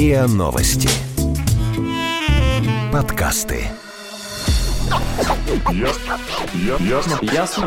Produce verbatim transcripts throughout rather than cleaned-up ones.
РИА Новости. Подкасты. Ясно. Ясно. Ясно.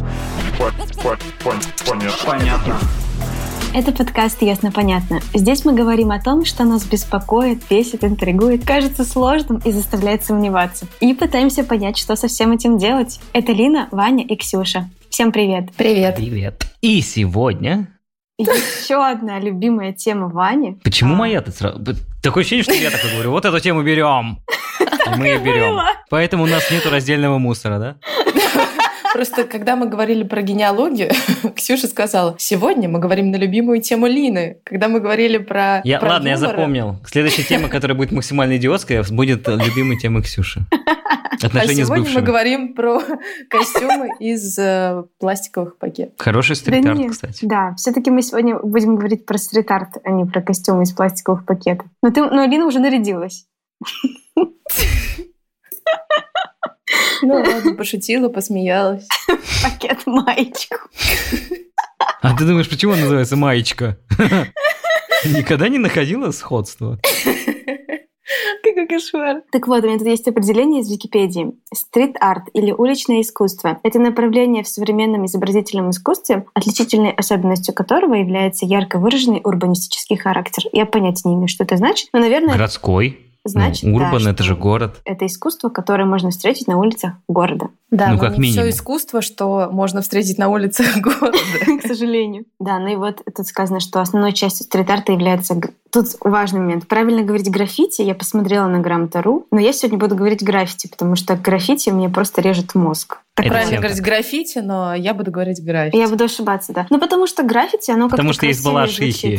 Понятно. Понятно. Это подкаст «Ясно-понятно». Здесь мы говорим о том, что нас беспокоит, бесит, интригует, кажется сложным и заставляет сомневаться. И пытаемся понять, что со всем этим делать. Это Лина, Ваня и Ксюша. Всем привет. Привет. Привет. И сегодня... Еще одна любимая тема Вани. Почему а... моя-то сразу... Такое ощущение, что я так говорю. Вот эту тему берем. И мы ее берем. Поэтому у нас нету раздельного мусора, да? Просто когда мы говорили про генеалогию, Ксюша сказала, сегодня мы говорим на любимую тему Лины. Когда мы говорили про я, про Ладно, юмора... я запомнил. Следующая тема, которая будет максимально идиотская, будет любимой темой Ксюши. Отношения а с бывшими. сегодня мы говорим про костюмы из э, пластиковых пакетов. Хороший стрит-арт, да кстати. Да, все-таки мы сегодня будем говорить про стрит-арт, а не про костюмы из пластиковых пакетов. Но, ты, но Лина уже нарядилась. Ну ладно, пошутила, посмеялась. Пакет маечку. А ты думаешь, почему он называется маечка? Никогда не находила сходства? Какой кошмар. Так вот, у меня тут есть определение из Википедии. Стрит-арт или уличное искусство — это направление в современном изобразительном искусстве, отличительной особенностью которого является ярко выраженный урбанистический характер. Я понятия не имею, что это значит, но, наверное... Городской. Значит, ну, урбан да, — это же город. Это искусство, которое можно встретить на улицах города. Да, ну, но как не минимум. все искусство, что можно встретить на улицах города. К сожалению. Да, ну и вот тут сказано, что основной частью стрит-арта является... Тут важный момент. Правильно говорить граффити, я посмотрела на грамота точка ру, но я сегодня буду говорить граффити, потому что граффити мне просто режет мозг. Так правильно говорить граффити, но я буду говорить граффити. Я буду ошибаться, да. Ну потому что граффити, оно как-то Потому что есть балашихи.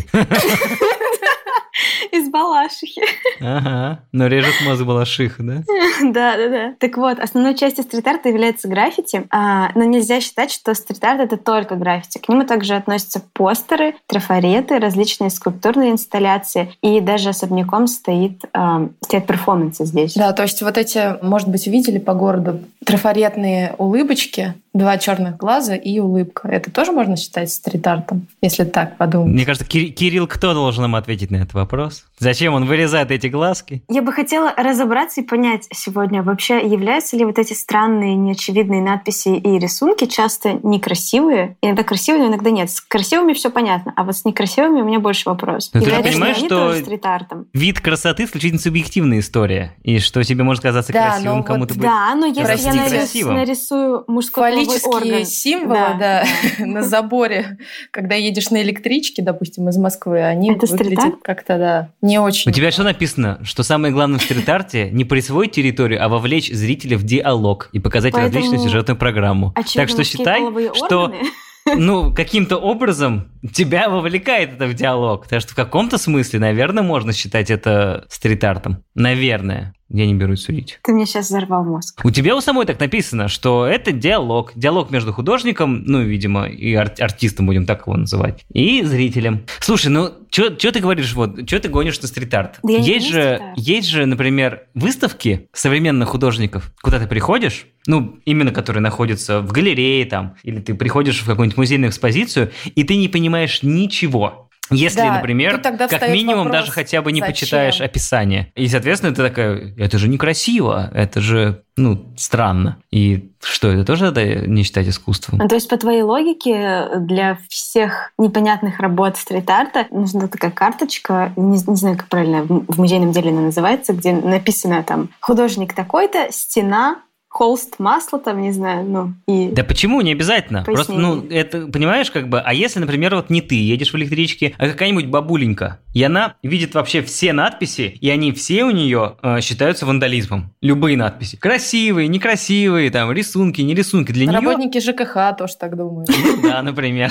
Из Балашихи. Ага, но режет мозг балашиха, да? Да, да, да. Так вот, основной частью стрит-арта является граффити, а, но нельзя считать, что стрит-арт — это только граффити. К нему также относятся постеры, трафареты, различные скульптурные инсталляции, и даже особняком стоит, а, стоят перформансы здесь. Да, то есть вот эти, может быть, видели по городу трафаретные улыбочки, два черных глаза и улыбка. Это тоже можно считать стрит-артом, если так подумать? Мне кажется, Кир- Кирилл, кто должен нам ответить на этот вопрос? Зачем он вырезает эти глазки? Я бы хотела разобраться и понять сегодня, вообще являются ли вот эти странные, неочевидные надписи и рисунки часто некрасивые. Иногда красивые, но иногда нет. С красивыми все понятно, а вот с некрасивыми у меня больше вопросов. Но ты же Являются понимаешь, ли они что тоже стрит-артом? Вид красоты исключительно субъективная история, и что тебе может казаться Да, красивым, но кому-то вот будет... Да, но если Простите. я нарис- Красивым. нарисую мужской половой Фаллические орган... символы, Да, да, да. на заборе, когда едешь на электричке, допустим, из Москвы, они Это выглядят стрит-арт? как-то, да, не очень. У тебя что написано? Что самое главное в стрит-арте не присвоить территорию, а вовлечь зрителя в диалог и показать Поэтому, различную сюжетную программу. очевидно, Так что мужские считай, половые что органы. ну, каким-то образом тебя вовлекает это в диалог. Так что в каком-то смысле, наверное, можно считать это стрит-артом. Наверное. Я не берусь судить. Ты мне сейчас взорвал мозг. У тебя у самой так написано, что это диалог. Диалог между художником, ну, видимо, и ар- артистом, будем так его называть, и зрителем. Слушай, ну, что ты говоришь, вот, что ты гонишь на стрит-арт? Да я не есть, гоню же, стрит-арт. есть же, например, выставки современных художников, куда ты приходишь, ну, именно которые находятся в галерее там, или ты приходишь в какую-нибудь музейную экспозицию, и ты не понимаешь ничего. Если, Да, например, тут тогда как встаёт минимум вопрос, даже хотя бы не зачем? почитаешь описание. И, соответственно, ты такая, это же некрасиво, это же, ну, странно. И что, это тоже надо не считать искусством? Ну, то есть, по твоей логике, для всех непонятных работ стрит-арта нужна такая карточка, не, не знаю, как правильно в музейном деле она называется, где написано там «художник такой-то, стена», холст, масло там, не знаю, ну и... Да почему? Не обязательно. Пояснение. Просто, ну, это, понимаешь, как бы, а если, например, вот не ты едешь в электричке, а какая-нибудь бабуленька, и она видит вообще все надписи, и они все у нее э, считаются вандализмом. Любые надписи. Красивые, некрасивые, там, рисунки, не рисунки. Для нее... Работники ЖКХ тоже так думают. Да, например.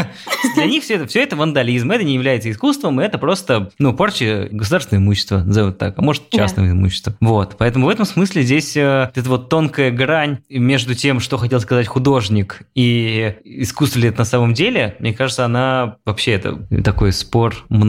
Для них все это, все это вандализм, это не является искусством, это просто, ну, порча государственного имущества, назовут так, а может, частного имущества. Вот, поэтому в этом смысле здесь э, это вот тонкая грань между тем, что хотел сказать художник, и искусство ли это на самом деле, мне кажется, она вообще это такой спор многовековой.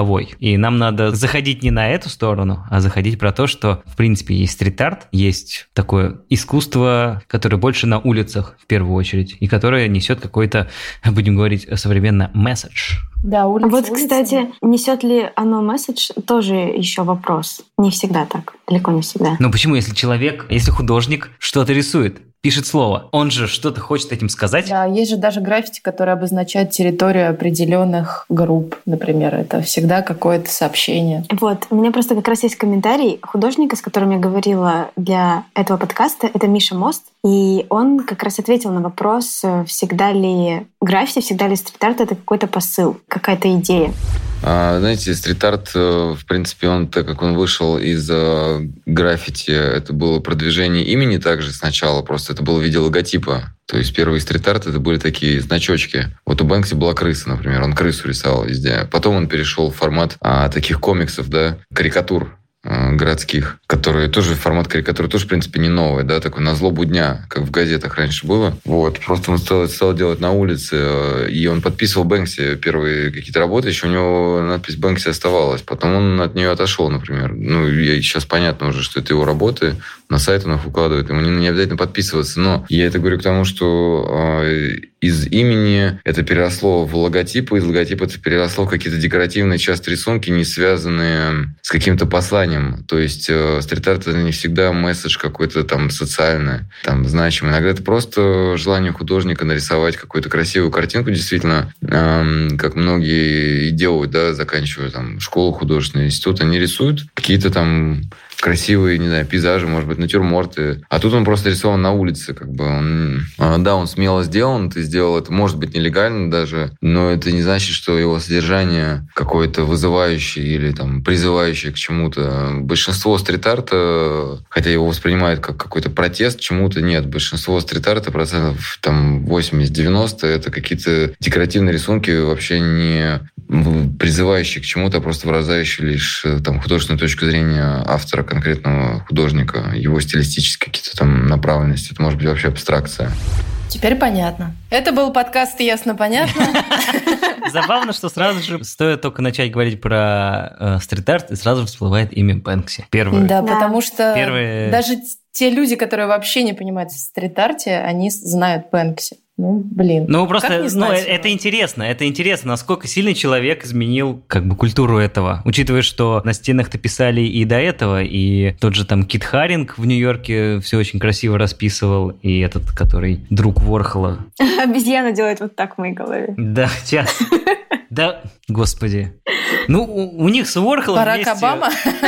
таковой. И нам надо заходить не на эту сторону, а заходить про то, что, в принципе, есть стрит-арт, есть такое искусство, которое больше на улицах, в первую очередь, и которое несет какой-то, будем говорить современно, месседж. Да, улица, Вот, улица. кстати, несет ли оно месседж, тоже еще вопрос. Не всегда так, далеко не всегда. Но почему, если человек, если художник что-то рисует, пишет слово, он же что-то хочет этим сказать? Да, есть же даже граффити, которые обозначают территорию определенных групп, например. Это всегда какое-то сообщение. Вот, у меня просто как раз есть комментарий художника, с которым я говорила для этого подкаста. Это Миша Мост. И он как раз ответил на вопрос, всегда ли граффити, всегда ли стрит-арт — это какой-то посыл, какая-то идея. А, знаете, стрит-арт, в принципе, он, так как он вышел из граффити, это было продвижение имени также сначала, просто это было в виде логотипа. То есть первый стрит-арт — это были такие значочки. Вот у Бэнкси была крыса, например, он крысу рисовал везде. Потом он перешел в формат а, таких комиксов, да, карикатур городских, которые тоже, формат карикатуры тоже, в принципе, не новый, да, такой на злобу дня, как в газетах раньше было. Вот, просто он стал, стал делать на улице, и он подписывал Бэнкси первые какие-то работы, еще у него надпись Бэнкси оставалась, потом он от нее отошел, например. Ну, я, сейчас понятно уже, что это его работы, на сайт он их выкладывает, ему не, не обязательно подписываться, но я это говорю к тому, что э, из имени это переросло в логотип, из логотипа это переросло в какие-то декоративные части рисунки, не связанные с каким-то посланием. То есть э, стрит-арт — это не всегда месседж какой-то там социальный, там значимый. Иногда это просто желание художника нарисовать какую-то красивую картинку, действительно, э, как многие и делают, да, заканчивая там школу, художественный институт, они рисуют какие-то там красивые, не знаю, пейзажи, может быть, натюрморты. А тут он просто рисован на улице, как бы. Он, да, он смело сделан, ты сделал это, может быть, нелегально даже, но это не значит, что его содержание какое-то вызывающее или там призывающее к чему-то. Большинство стрит-арта, хотя его воспринимают как какой-то протест, чему-то нет. Большинство стрит-арта, процентов там восемьдесят-девяносто, это какие-то декоративные рисунки, вообще не призывающие к чему-то, а просто выражающие лишь там художественную точку зрения автора, конкретного художника, его стилистические какие-то там направленности. Это может быть вообще абстракция. Теперь понятно. Это был подкаст «Ясно-понятно». Забавно, что сразу же стоит только начать говорить про э, стрит-арт, и сразу всплывает имя Бэнкси. Первое. Да, да, потому что Первые... даже те люди, которые вообще не понимают в стрит-арте, они знают Бэнкси. Ну, блин. Ну, просто ну, знать, это интересно. Это интересно, насколько сильно человек изменил как бы культуру этого. Учитывая, что на стенах-то писали и до этого, и тот же там Кит Харинг в Нью-Йорке все очень красиво расписывал, и этот, который друг Ворхола. Обезьяна делает вот так в моей голове. Да, часто. Да, господи. Ну, у них с Ворхолом Барак вместе... Обама?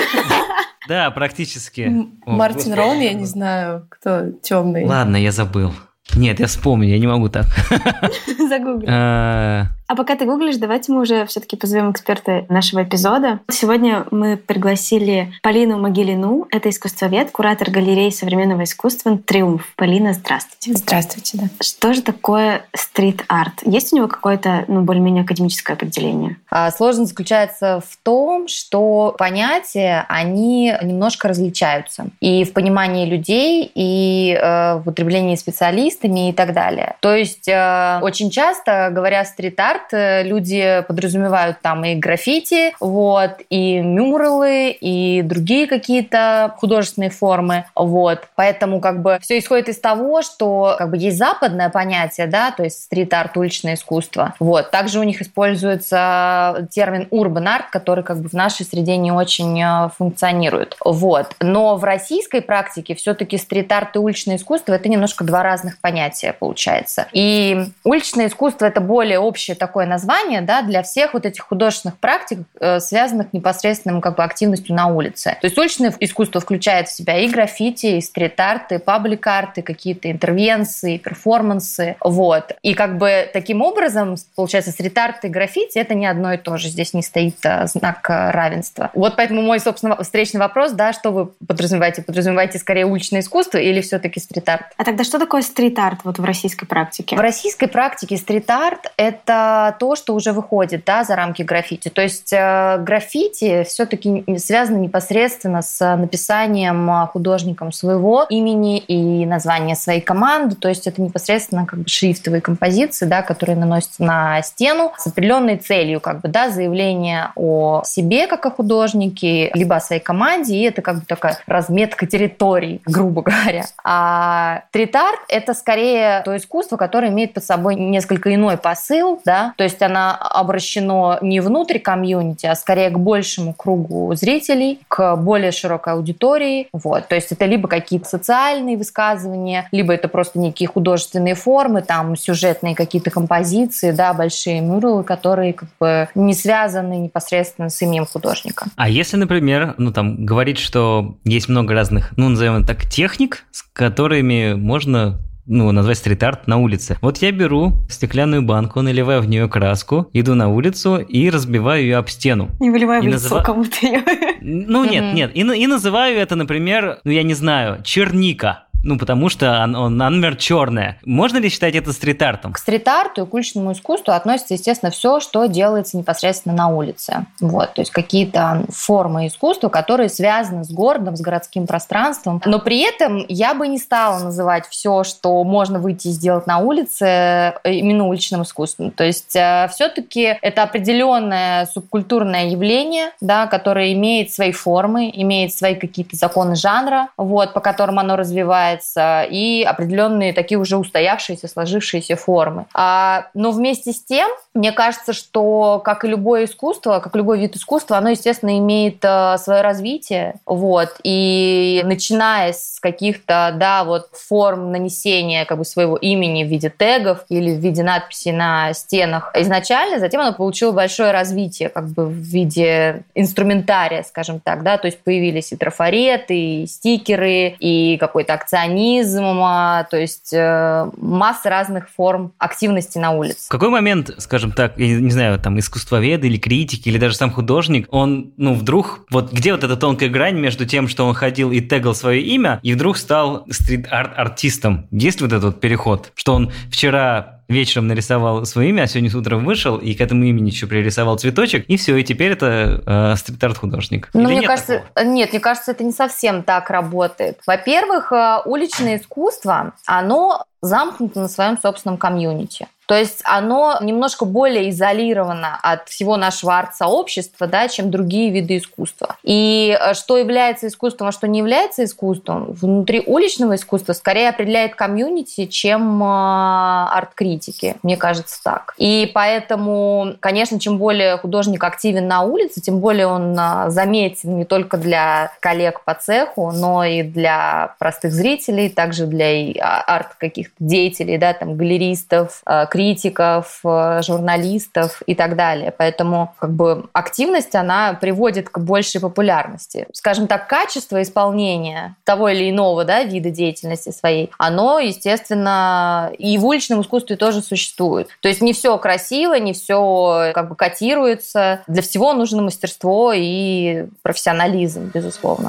Да, практически. Мартин Роун, я не знаю, кто темный. Ладно, я забыл. Нет, я вспомню, я не могу так. Загугли. А пока ты гуглишь, давайте мы уже все-таки позовем эксперта нашего эпизода. Сегодня мы пригласили Полину Могилину. Это искусствовед, куратор галереи современного искусства «Триумф». Полина, здравствуйте. Здравствуйте, да. Что же такое стрит-арт? Есть у него какое-то, ну, более-менее академическое определение? А сложность заключается в том, что понятия, они немножко различаются. И в понимании людей, и э, в употреблении специалистами и так далее. То есть э, очень часто, говоря стрит-арт, люди подразумевают там и граффити, вот, и мюралы, и другие какие-то художественные формы, вот. Поэтому как бы все исходит из того, что как бы есть западное понятие, да, то есть стрит-арт, уличное искусство, вот. Также у них используется термин urban art, который как бы в нашей среде не очень функционирует, вот. Но в российской практике все-таки стрит-арт и уличное искусство — это немножко два разных понятия получается. И уличное искусство — это более общее такое название, да, для всех вот этих художественных практик, связанных непосредственно как бы активностью на улице. То есть уличное искусство включает в себя и граффити, и стрит-арт, и паблик-арт, и какие-то интервенции, перформансы, вот. И как бы таким образом, получается, стрит-арт и граффити — это не одно и то же. Здесь не стоит знак равенства. Вот поэтому мой, собственно, встречный вопрос, да, что вы подразумеваете? Подразумеваете скорее уличное искусство или все-таки стрит-арт? А тогда что такое стрит-арт вот в российской практике? В российской практике стрит-арт — это это то, что уже выходит, да, за рамки граффити. То есть граффити все-таки связано непосредственно с написанием художником своего имени и названия своей команды. То есть это непосредственно как бы шрифтовые композиции, да, которые наносятся на стену с определенной целью, как бы, да, заявление о себе как о художнике, либо о своей команде, и это как бы такая разметка территорий, грубо говоря. А стрит-арт — это скорее то искусство, которое имеет под собой несколько иной посыл, да, то есть оно обращено не внутрь комьюнити, а скорее к большему кругу зрителей, к более широкой аудитории, вот, то есть это либо какие-то социальные высказывания, либо это просто некие художественные формы, там, сюжетные какие-то композиции, да, большие мюралы, которые как бы не связаны непосредственно с именем художника. А если, например, ну, там, говорить, что есть много разных, ну, назовем это так, техник, с которыми можно, ну, назвать стрит-арт на улице. Вот я беру стеклянную банку, наливаю в нее краску, иду на улицу и разбиваю ее об стену. Не выливаю и в лицо называ... кому-то ее. Ну, нет, mm-hmm. нет. И, и называю это, например, ну, я не знаю, черника. Ну, потому что он, он, например, черная. Можно ли считать это стрит-артом? К стрит-арту и к уличному искусству относится, естественно, все, что делается непосредственно на улице. Вот, то есть какие-то формы искусства, которые связаны с городом, с городским пространством. Но при этом я бы не стала называть все, что можно выйти и сделать на улице, именно уличным искусством. То есть все-таки это определенное субкультурное явление, да, которое имеет свои формы, имеет свои какие-то законы жанра, вот, по которым оно развивается, и определенные такие уже устоявшиеся, сложившиеся формы. А, но вместе с тем, мне кажется, что, как и любое искусство, как любой вид искусства, оно, естественно, имеет а, свое развитие. Вот, и начиная с каких-то, да, вот, форм нанесения как бы, своего имени в виде тегов или в виде надписей на стенах изначально, затем оно получило большое развитие как бы, в виде инструментария, скажем так. Да? То есть появились и трафареты, и стикеры, и какой-то акционизм, то есть э, масса разных форм активности на улице. В какой момент, скажем так, я не знаю, там искусствоведы или критики, или даже сам художник, он, ну, вдруг, вот где вот эта тонкая грань между тем, что он ходил и тегал свое имя, и вдруг стал стрит-арт-артистом? Есть вот этот вот переход, что он вчера вечером нарисовал свое имя, а сегодня утром вышел и к этому имени еще пририсовал цветочек, и все, и теперь это э, стрит-арт-художник. Ну, Или мне нет кажется, такого? Нет, мне кажется, это не совсем так работает. Во-первых, уличное искусство, оно замкнуто на своем собственном комьюнити. То есть оно немножко более изолировано от всего нашего арт-сообщества, да, чем другие виды искусства. И что является искусством, а что не является искусством, внутри уличного искусства скорее определяет комьюнити, чем арт-критики, мне кажется так. И поэтому, конечно, чем более художник активен на улице, тем более он заметен не только для коллег по цеху, но и для простых зрителей, также для арт каких-то деятелей, да, там, галеристов, критиков, журналистов и так далее. Поэтому как бы активность, она приводит к большей популярности. Скажем так, качество исполнения того или иного, да, вида деятельности своей, оно, естественно, и в уличном искусстве тоже существует. То есть не все красиво, не все как бы котируется. Для всего нужно мастерство и профессионализм, безусловно.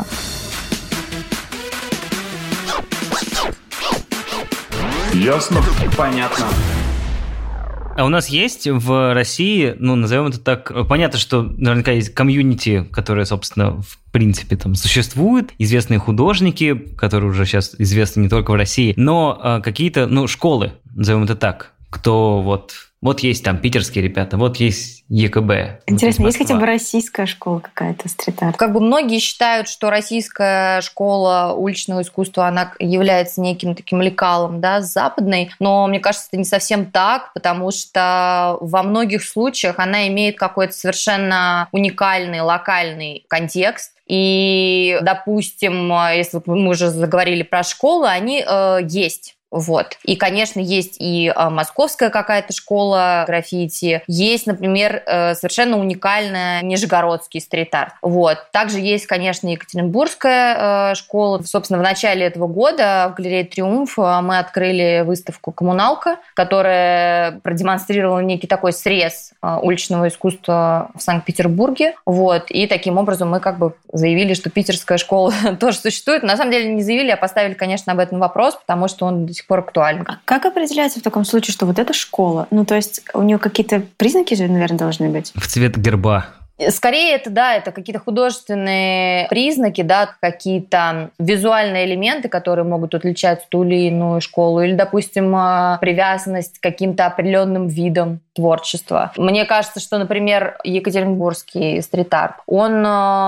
Ясно? Понятно. А у нас есть в России, ну, назовем это так, понятно, что наверняка есть комьюнити, которое, собственно, в принципе, там существует, известные художники, которые уже сейчас известны не только в России, но а, какие-то, ну, школы, назовем это так, кто вот... Вот есть там питерские ребята, вот есть ЕКБ. Интересно, вот есть, есть хотя бы российская школа какая-то стрит-арт? Как бы многие считают, что российская школа уличного искусства, она является неким таким лекалом, да, западной, но мне кажется, это не совсем так, потому что во многих случаях она имеет какой-то совершенно уникальный, локальный контекст. И, допустим, если мы уже заговорили про школы, они э, есть. Вот. И, конечно, есть и московская какая-то школа граффити, есть, например, совершенно уникальная нижегородский стрит-арт. Вот. Также есть, конечно, екатеринбургская школа. Собственно, в начале этого года в галерее «Триумф» мы открыли выставку «Коммуналка», которая продемонстрировала некий такой срез уличного искусства в Санкт-Петербурге. Вот. И таким образом мы как бы заявили, что питерская школа тоже существует. На самом деле не заявили, а поставили, конечно, об этом вопрос, потому что он сих пор актуальны. А как определяется в таком случае, что вот это школа? Ну, то есть у нее какие-то признаки же, наверное, должны быть? В цвет герба. Скорее, это, да, это какие-то художественные признаки, да, какие-то визуальные элементы, которые могут отличать ту или иную школу, или, допустим, привязанность к каким-то определенным видам творчества. Мне кажется, что, например, екатеринбургский стрит-арт, он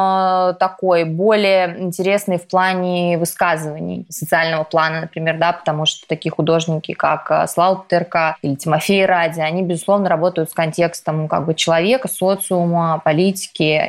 такой более интересный в плане высказываний социального плана, например, да, потому что такие художники, как Слава Петерка или Тимофей Ради, они, безусловно, работают с контекстом как бы человека, социума, политики,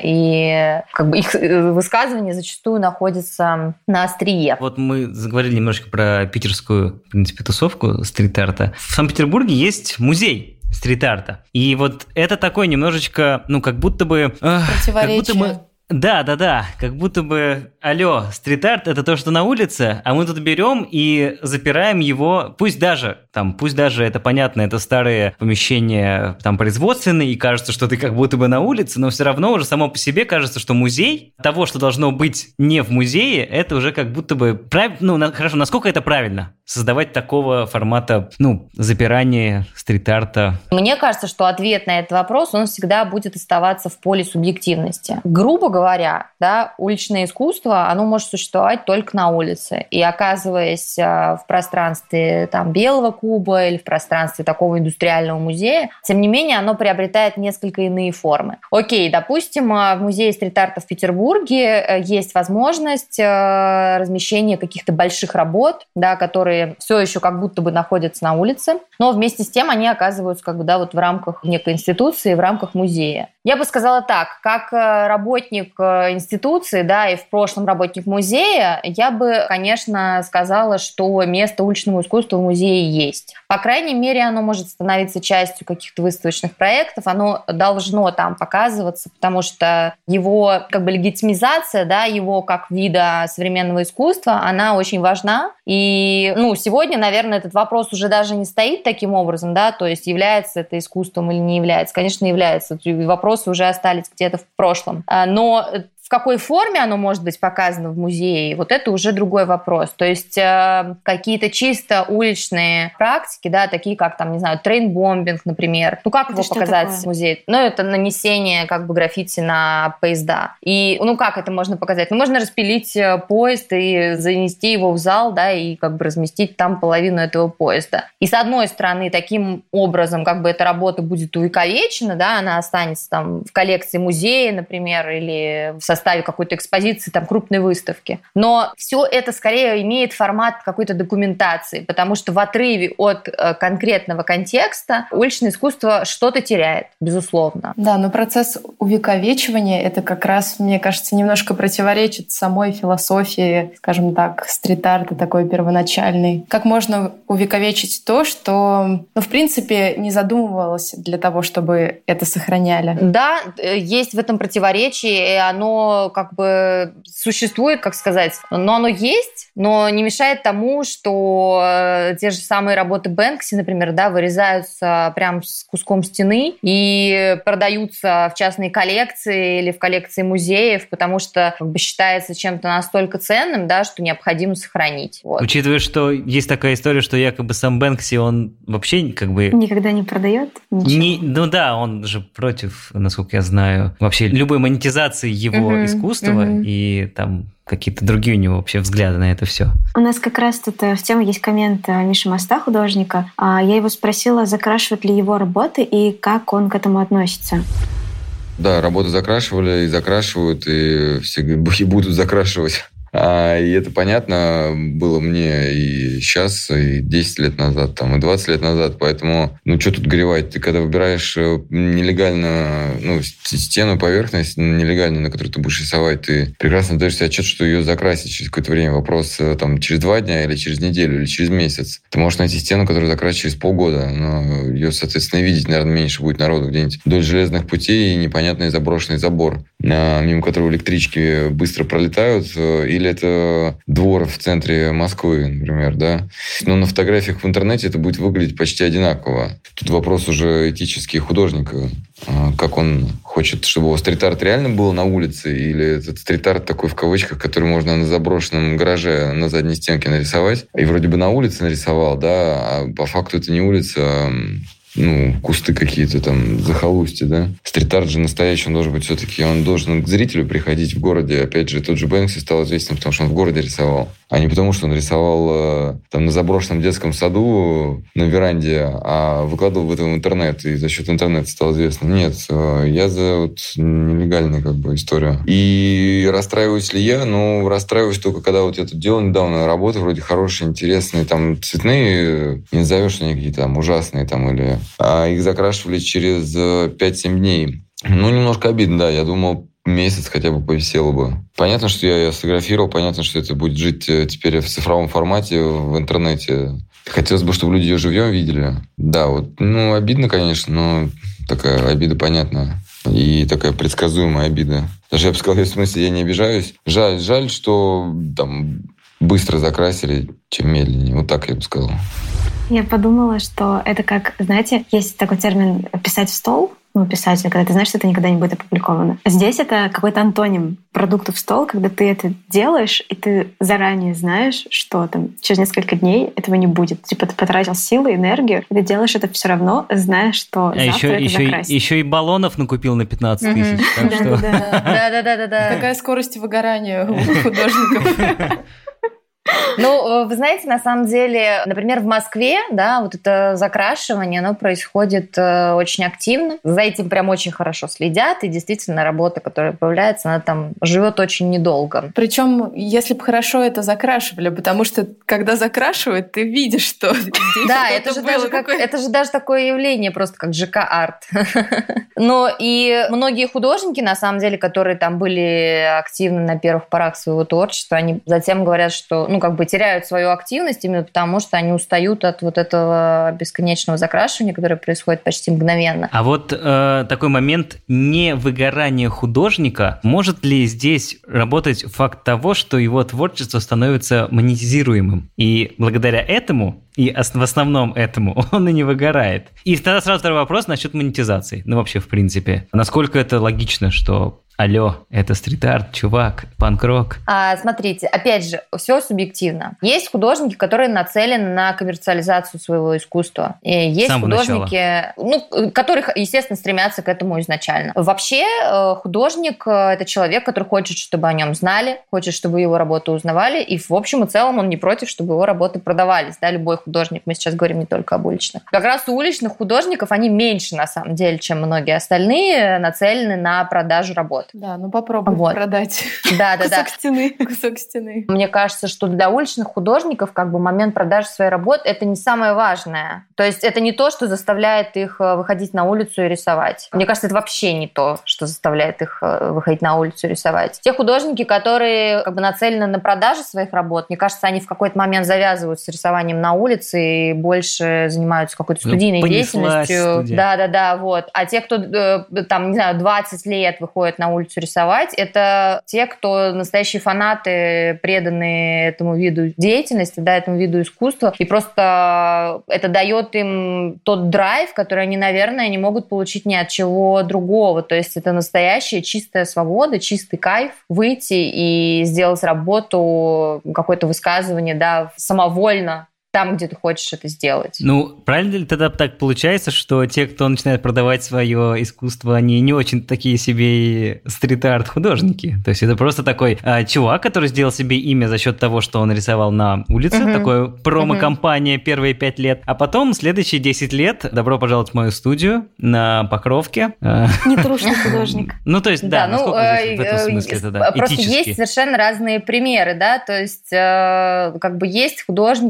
и как бы их высказывания зачастую находятся на острие. Вот мы заговорили немножко про питерскую, в принципе, тусовку стрит-арта. В Санкт-Петербурге есть музей стрит-арта. И вот это такой немножечко, ну, как будто бы... Противоречие. Как будто мы... Да, да, да, как будто бы, алло, стрит-арт – это то, что на улице, а мы тут берем и запираем его, пусть даже, там, пусть даже это понятно, это старые помещения там производственные, и кажется, что ты как будто бы на улице, но все равно уже само по себе кажется, что музей того, что должно быть не в музее, это уже как будто бы, прав... ну, на... хорошо, насколько это правильно? Создавать такого формата, ну, запирания стрит-арта? Мне кажется, что ответ на этот вопрос, он всегда будет оставаться в поле субъективности. Грубо говоря, да, уличное искусство, оно может существовать только на улице. И оказываясь в пространстве там, Белого куба или в пространстве такого индустриального музея, тем не менее, оно приобретает несколько иные формы. Окей, допустим, в музее стрит-арта в Петербурге есть возможность размещения каких-то больших работ, да, которые все еще как будто бы находятся на улице, но вместе с тем они оказываются как бы, да, вот в рамках некой институции, в рамках музея. Я бы сказала так, как работник институции, да, и в прошлом работник музея, я бы, конечно, сказала, что место уличному искусству в музее есть. По крайней мере, оно может становиться частью каких-то выставочных проектов, оно должно там показываться, потому что его как бы легитимизация, да, его как вида современного искусства, она очень важна. И, ну, сегодня, наверное, этот вопрос уже даже не стоит таким образом, да, то есть является это искусством или не является. Конечно, является. Вопросы уже остались где-то в прошлом. Но в какой форме оно может быть показано в музее, вот это уже другой вопрос. То есть э, какие-то чисто уличные практики, да, такие как, там, не знаю, трейнбомбинг, например. Ну, как это его показать такое в музее? Ну, это нанесение как бы граффити на поезда. И, ну, как это можно показать? Ну, можно распилить поезд и занести его в зал, да, и как бы разместить там половину этого поезда. И, с одной стороны, таким образом как бы эта работа будет увековечена, да, она останется там в коллекции музея, например, или в составе составе какой-то экспозиции, там, крупной выставки. Но все это скорее имеет формат какой-то документации, потому что в отрыве от э, конкретного контекста уличное искусство что-то теряет, безусловно. Да, но процесс увековечивания, это как раз, мне кажется, немножко противоречит самой философии, скажем так, стрит-арта такой первоначальный. Как можно увековечить то, что, ну, в принципе, не задумывалось для того, чтобы это сохраняли? Да, есть в этом противоречие, и оно как бы существует, как сказать, но оно есть, но не мешает тому, что те же самые работы Бэнкси, например, да, вырезаются прям с куском стены и продаются в частные коллекции или в коллекции музеев, потому что как бы считается чем-то настолько ценным, да, что необходимо сохранить. Вот. Учитывая, что есть такая история, что якобы сам Бэнкси, он вообще как бы... Никогда не продает ничего. Не, ну да, он же против, насколько я знаю, вообще любой монетизации его uh-huh, искусства uh-huh. и там... какие-то другие у него вообще взгляды на это все. У нас как раз тут в тему есть коммент Миши Моста, художника. Я его спросила, закрашивают ли его работы и как он к этому относится. Да, работы закрашивали и закрашивают, и все и будут закрашивать. А, и это понятно было мне и сейчас, и десять лет назад, там, и двадцать лет назад. Поэтому, ну, что тут горевать? Ты когда выбираешь нелегально, ну, стену, поверхность нелегальную, на которую ты будешь рисовать, ты прекрасно даешь себе отчет, что ее закрасить через какое-то время. Вопрос, там, через два дня или через неделю, или через месяц. Ты можешь найти стену, которую закрасить через полгода, но ее, соответственно, видеть, наверное, меньше будет народу где-нибудь вдоль железных путей и непонятный заброшенный забор. мимо которого электрички быстро пролетают, или это двор в центре Москвы, например, да. Но на фотографиях в интернете это будет выглядеть почти одинаково. Тут вопрос уже этический художника, как он хочет, чтобы его стрит-арт реально был на улице, или этот стрит-арт такой в кавычках, который можно на заброшенном гараже на задней стенке нарисовать. И вроде бы на улице нарисовал, да, а по факту это не улица, а, ну, кусты какие-то там, захолустья, да. Стрит-арт же настоящий, он должен быть все-таки, он должен к зрителю приходить в городе. Опять же, тот же Бэнкси стал известен, потому что он в городе рисовал, а не потому, что он рисовал там на заброшенном детском саду на веранде, а выкладывал в этом в интернет, и за счет интернета стал известным. Нет, я за вот нелегальную как бы историю. И расстраиваюсь ли я? Ну, расстраиваюсь только, когда вот я тут делал недавно работы, вроде хорошие, интересные, там цветные, не назовешь они какие-то там ужасные, там, или... А их закрашивали через пять-семь дней. Ну, немножко обидно, да, я думал, месяц хотя бы повисело бы. Понятно, что я ее сфотографировал, понятно, что это будет жить теперь в цифровом формате, в интернете. Хотелось бы, чтобы люди ее живьем видели. Да, вот, ну, обидно, конечно, но такая обида понятная. И такая предсказуемая обида. Даже я бы сказал, в смысле, я не обижаюсь. Жаль, жаль, что там быстро закрасили, чем медленнее. Вот так я бы сказал. Я подумала, что это как, знаете, есть такой термин «писать в стол», ну, писатель, когда ты знаешь, что это никогда не будет опубликовано. Здесь это какой-то антоним продукту в стол, когда ты это делаешь, и ты заранее знаешь, что там через несколько дней этого не будет. Типа ты потратил силы, энергию, и ты делаешь это все равно, зная, что а завтра еще, это еще, закрасить. Еще и баллонов накупил на пятнадцать тысяч. Да-да-да. Какая скорость выгорания у художников. Ну, вы знаете, на самом деле, например, в Москве, да, вот это закрашивание, оно происходит э, очень активно. За этим прям очень хорошо следят, и действительно работа, которая появляется, она там живет очень недолго. Причем, если бы хорошо это закрашивали, потому что когда закрашивают, ты видишь, что здесь да, это же, даже как, это же даже такое явление, просто как ЖК-арт. Но и многие художники, на самом деле, которые там были активны на первых порах своего творчества, они затем говорят, что, ну, как бы теряют свою активность именно потому, что они устают от вот этого бесконечного закрашивания, которое происходит почти мгновенно. А вот э, такой момент невыгорания художника, может ли здесь работать факт того, что его творчество становится монетизируемым? И благодаря этому, и в основном этому, он и не выгорает. И тогда сразу второй вопрос насчет монетизации. Ну, вообще, в принципе. Насколько это логично, что... Алло, это стрит-арт, чувак, панк-рок. А, смотрите, опять же, все субъективно. Есть художники, которые нацелены на коммерциализацию своего искусства. И есть художники, ну, которые, естественно, стремятся к этому изначально. Вообще, художник – это человек, который хочет, чтобы о нем знали, хочет, чтобы его работы узнавали, и в общем и целом он не против, чтобы его работы продавались. Да, любой художник, мы сейчас говорим не только об уличных. Как раз у уличных художников они меньше, на самом деле, чем многие остальные, нацелены на продажу работ. Да, ну попробуй вот. продать да, да, кусок да. стены. Кусок стены. Мне кажется, что для уличных художников как бы момент продажи своей работы – это не самое важное. То есть это не то, что заставляет их выходить на улицу и рисовать. Мне кажется, это вообще не то, что заставляет их выходить на улицу и рисовать. Те художники, которые как бы нацелены на продажу своих работ, мне кажется, они в какой-то момент завязывают с рисованием на улице и больше занимаются какой-то студийной ну, деятельностью. Да-да-да, вот. А те, кто там, не знаю, двадцать лет выходит на улицу рисовать, это те, кто настоящие фанаты, преданные этому виду деятельности, да, этому виду искусства, и просто это дает им тот драйв, который они, наверное, не могут получить ни от чего другого. То есть это настоящая чистая свобода, чистый кайф выйти и сделать работу, какое-то высказывание, да, самовольно, там, где ты хочешь это сделать. Ну, правильно ли тогда так получается, что те, кто начинает продавать свое искусство, они не очень такие себе стрит-арт художники? То есть это просто такой а, чувак, который сделал себе имя за счет того, что он рисовал на улице, uh-huh. такое промо-компания uh-huh. первые пять лет, а потом следующие десять лет добро пожаловать в мою студию на Покровке. Нетрушный художник. Ну, то есть, да, да насколько ну, в этом смысле это, да, просто этически. Есть совершенно разные примеры, да, то есть как бы есть художники, которые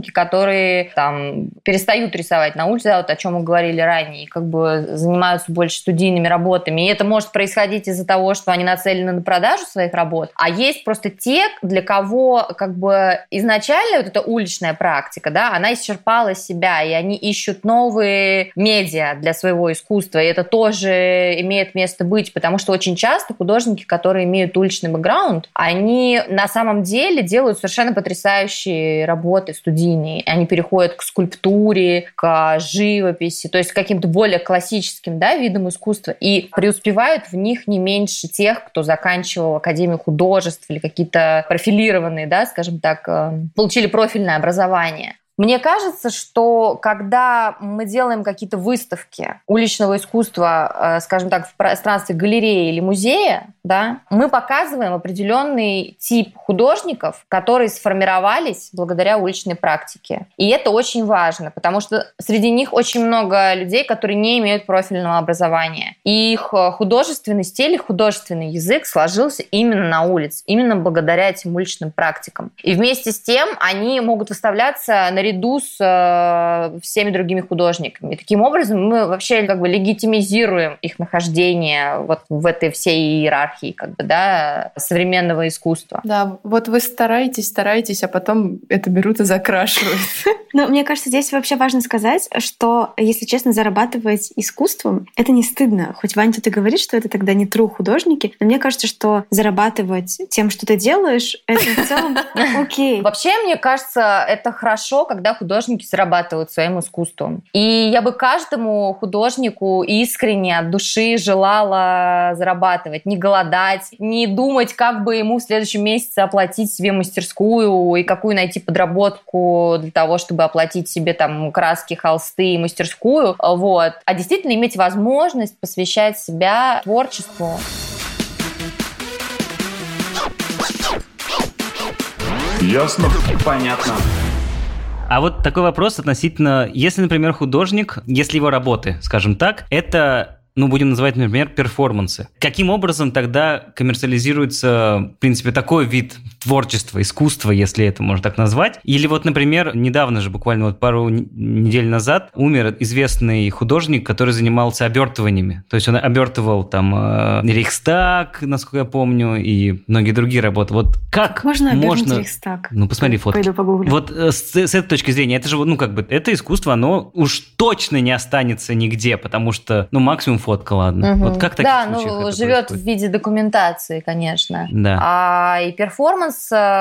которые там перестают рисовать на улице, вот о чем мы говорили ранее, и как бы занимаются больше студийными работами. И это может происходить из-за того, что они нацелены на продажу своих работ. А есть просто те, для кого как бы изначально вот эта уличная практика, да, она исчерпала себя, и они ищут новые медиа для своего искусства. И это тоже имеет место быть, потому что очень часто художники, которые имеют уличный бэкграунд, они на самом деле делают совершенно потрясающие работы студийные. Они переходят к скульптуре, к живописи, то есть к каким-то более классическим, да, видам искусства, и преуспевают в них не меньше тех, кто заканчивал Академию художеств или какие-то профилированные, да, скажем так, получили профильное образование. Мне кажется, что когда мы делаем какие-то выставки уличного искусства, скажем так, в пространстве галереи или музея, да, мы показываем определенный тип художников, которые сформировались благодаря уличной практике. И это очень важно, потому что среди них очень много людей, которые не имеют профильного образования. И их художественный стиль, их художественный язык сложился именно на улице, именно благодаря этим уличным практикам. И вместе с тем они могут выставляться на наряду с э, всеми другими художниками. И таким образом мы вообще как бы легитимизируем их нахождение вот в этой всей иерархии как бы, да, современного искусства. Да, вот вы стараетесь, стараетесь, а потом это берут и закрашивают. Но мне кажется, здесь вообще важно сказать, что, если честно, зарабатывать искусством — это не стыдно. Хоть Ваня тут и говорит, что это тогда не true художники, но мне кажется, что зарабатывать тем, что ты делаешь, это в целом окей. Вообще, мне кажется, это хорошо, когда художники зарабатывают своим искусством. И я бы каждому художнику искренне от души желала зарабатывать, не голодать, не думать, как бы ему в следующем месяце оплатить себе мастерскую и какую найти подработку для того, чтобы оплатить себе там краски, холсты и мастерскую. Вот. А действительно иметь возможность посвящать себя творчеству. Ясно? Понятно. А вот такой вопрос относительно, если, например, художник, если его работы, скажем так, это, ну, будем называть, например, перформансы. Каким образом тогда коммерциализируется, в принципе, такой вид творчества, искусства, если это можно так назвать? Или вот, например, недавно же, буквально вот пару недель назад, умер известный художник, который занимался обертываниями. То есть он обертывал там э, Рейхстаг, насколько я помню, и многие другие работы. Вот как можно обернуть можно... Рейхстаг? Ну, посмотри фотки. Пойду погуглю. Вот э, с, с этой точки зрения, это же, ну, как бы, это искусство, оно уж точно не останется нигде, потому что, ну, максимум фотка, ладно. Угу. Вот как в таких да, случаях ну, это живет происходит? в виде документации, конечно. Да. А и перформанс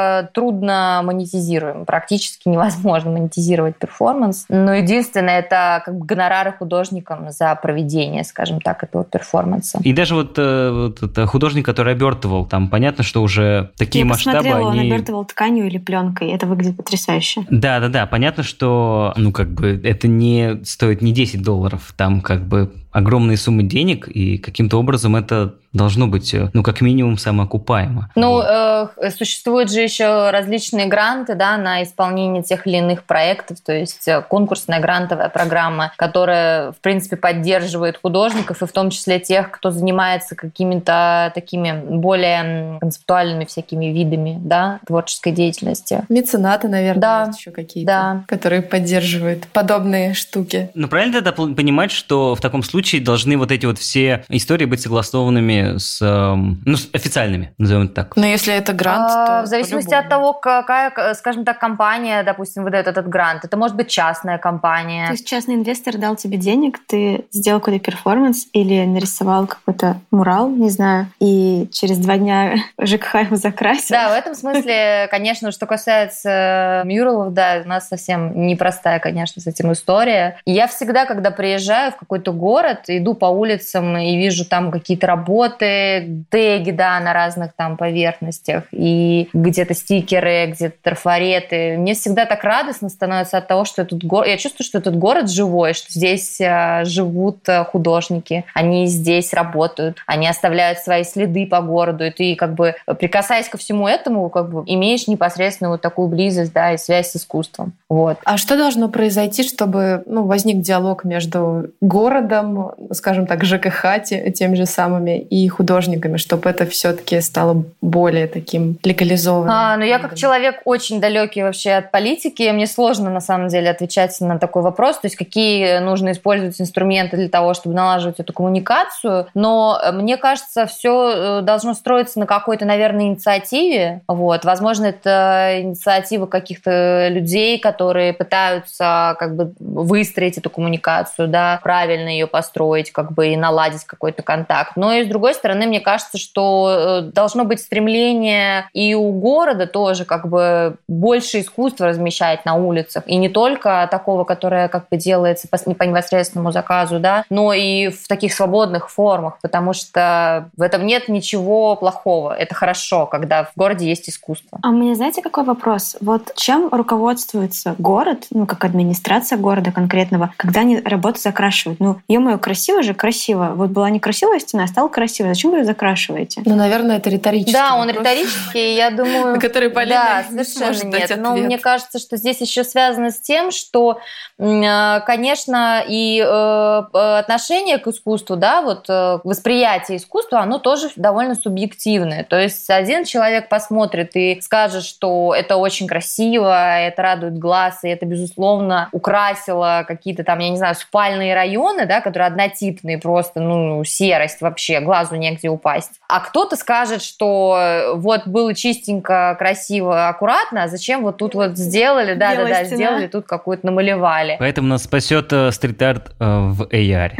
трудно монетизируем. Практически невозможно монетизировать перформанс. Но единственное, это как бы гонорары художникам за проведение, скажем так, этого перформанса. И даже вот, вот это художник, который обертывал, там понятно, что уже такие Я масштабы, посмотрела, они... он обертывал тканью или пленкой. Это выглядит потрясающе. Да, да, да. Понятно, что, ну, как бы, это не стоит не десять долларов. Там, как бы, огромные суммы денег, и каким-то образом это должно быть, ну, как минимум, самоокупаемо. Ну, вот. э, существуют же еще различные гранты, да, на исполнение тех или иных проектов, то есть конкурсная грантовая программа, которая, в принципе, поддерживает художников, и в том числе тех, кто занимается какими-то такими более концептуальными всякими видами, да, творческой деятельности. Меценаты, наверное, да, есть еще какие-то, да, которые поддерживают подобные штуки. Ну, правильно тогда понимать, что в таком случае должны вот эти вот все истории быть согласованными с, ну, с официальными, назовем это так. Но если это грант, а, то в зависимости по-любому. от того, какая, скажем так, компания, допустим, выдает этот грант. Это может быть частная компания. То есть частный инвестор дал тебе денег, ты сделал какой-то перформанс или нарисовал какой-то мурал, не знаю, и через два дня ЖКХ его закрасил. Да, в этом смысле, конечно, что касается мюралов, да, у нас совсем непростая, конечно, с этим история. И я всегда, когда приезжаю в какой-то город, иду по улицам и вижу там какие-то работы, теги, да, на разных там поверхностях, и где-то стикеры, где-то трафареты. Мне всегда так радостно становится от того, что этот город... Я чувствую, что этот город живой, что здесь живут художники, они здесь работают, они оставляют свои следы по городу, и ты как бы, прикасаясь ко всему этому, как бы имеешь непосредственно вот такую близость, да, и связь с искусством. Вот. А что должно произойти, чтобы, ну, возник диалог между городом, скажем скажем так, ЖКХ те, теми же самыми и художниками, чтобы это все-таки стало более таким легализованным? А, ну я как человек очень далекий вообще от политики, мне сложно на самом деле отвечать на такой вопрос, то есть какие нужно использовать инструменты для того, чтобы налаживать эту коммуникацию, но мне кажется, все должно строиться на какой-то, наверное, инициативе, вот, возможно, это инициатива каких-то людей, которые пытаются как бы выстроить эту коммуникацию, да, правильно ее построить, как бы и наладить какой-то контакт, но и с другой стороны, мне кажется, что должно быть стремление и у города тоже как бы больше искусства размещать на улицах, и не только такого, которое как бы делается по, по непосредственному заказу, да, но и в таких свободных формах, потому что в этом нет ничего плохого. Это хорошо, когда в городе есть искусство. А у меня, знаете, какой вопрос? Вот чем руководствуется город, ну, как администрация города конкретного, когда они работу закрашивают? Ну, ё-моё, красиво же, красиво. Вот была некрасивая стена, стала красивой. Зачем вы ее закрашиваете? Ну, наверное, это риторический Да, он вопрос, риторический, я думаю... на который Полина да, не совершенно сможет нет. дать Но ответ. мне кажется, что здесь еще связано с тем, что, конечно, и отношение к искусству, да, вот восприятие искусства, оно тоже довольно субъективное. То есть один человек посмотрит и скажет, что это очень красиво, это радует глаз, и это, безусловно, украсило какие-то там, я не знаю, спальные районы, да, которые однотипные, просто, ну, серость вообще, глазу негде упасть. А кто-то скажет, что вот было чистенько, красиво, аккуратно, а зачем вот тут вот сделали, да-да-да, сделали, тут какую-то намалевали. Поэтому нас спасет э, стрит-арт э, в эй ар.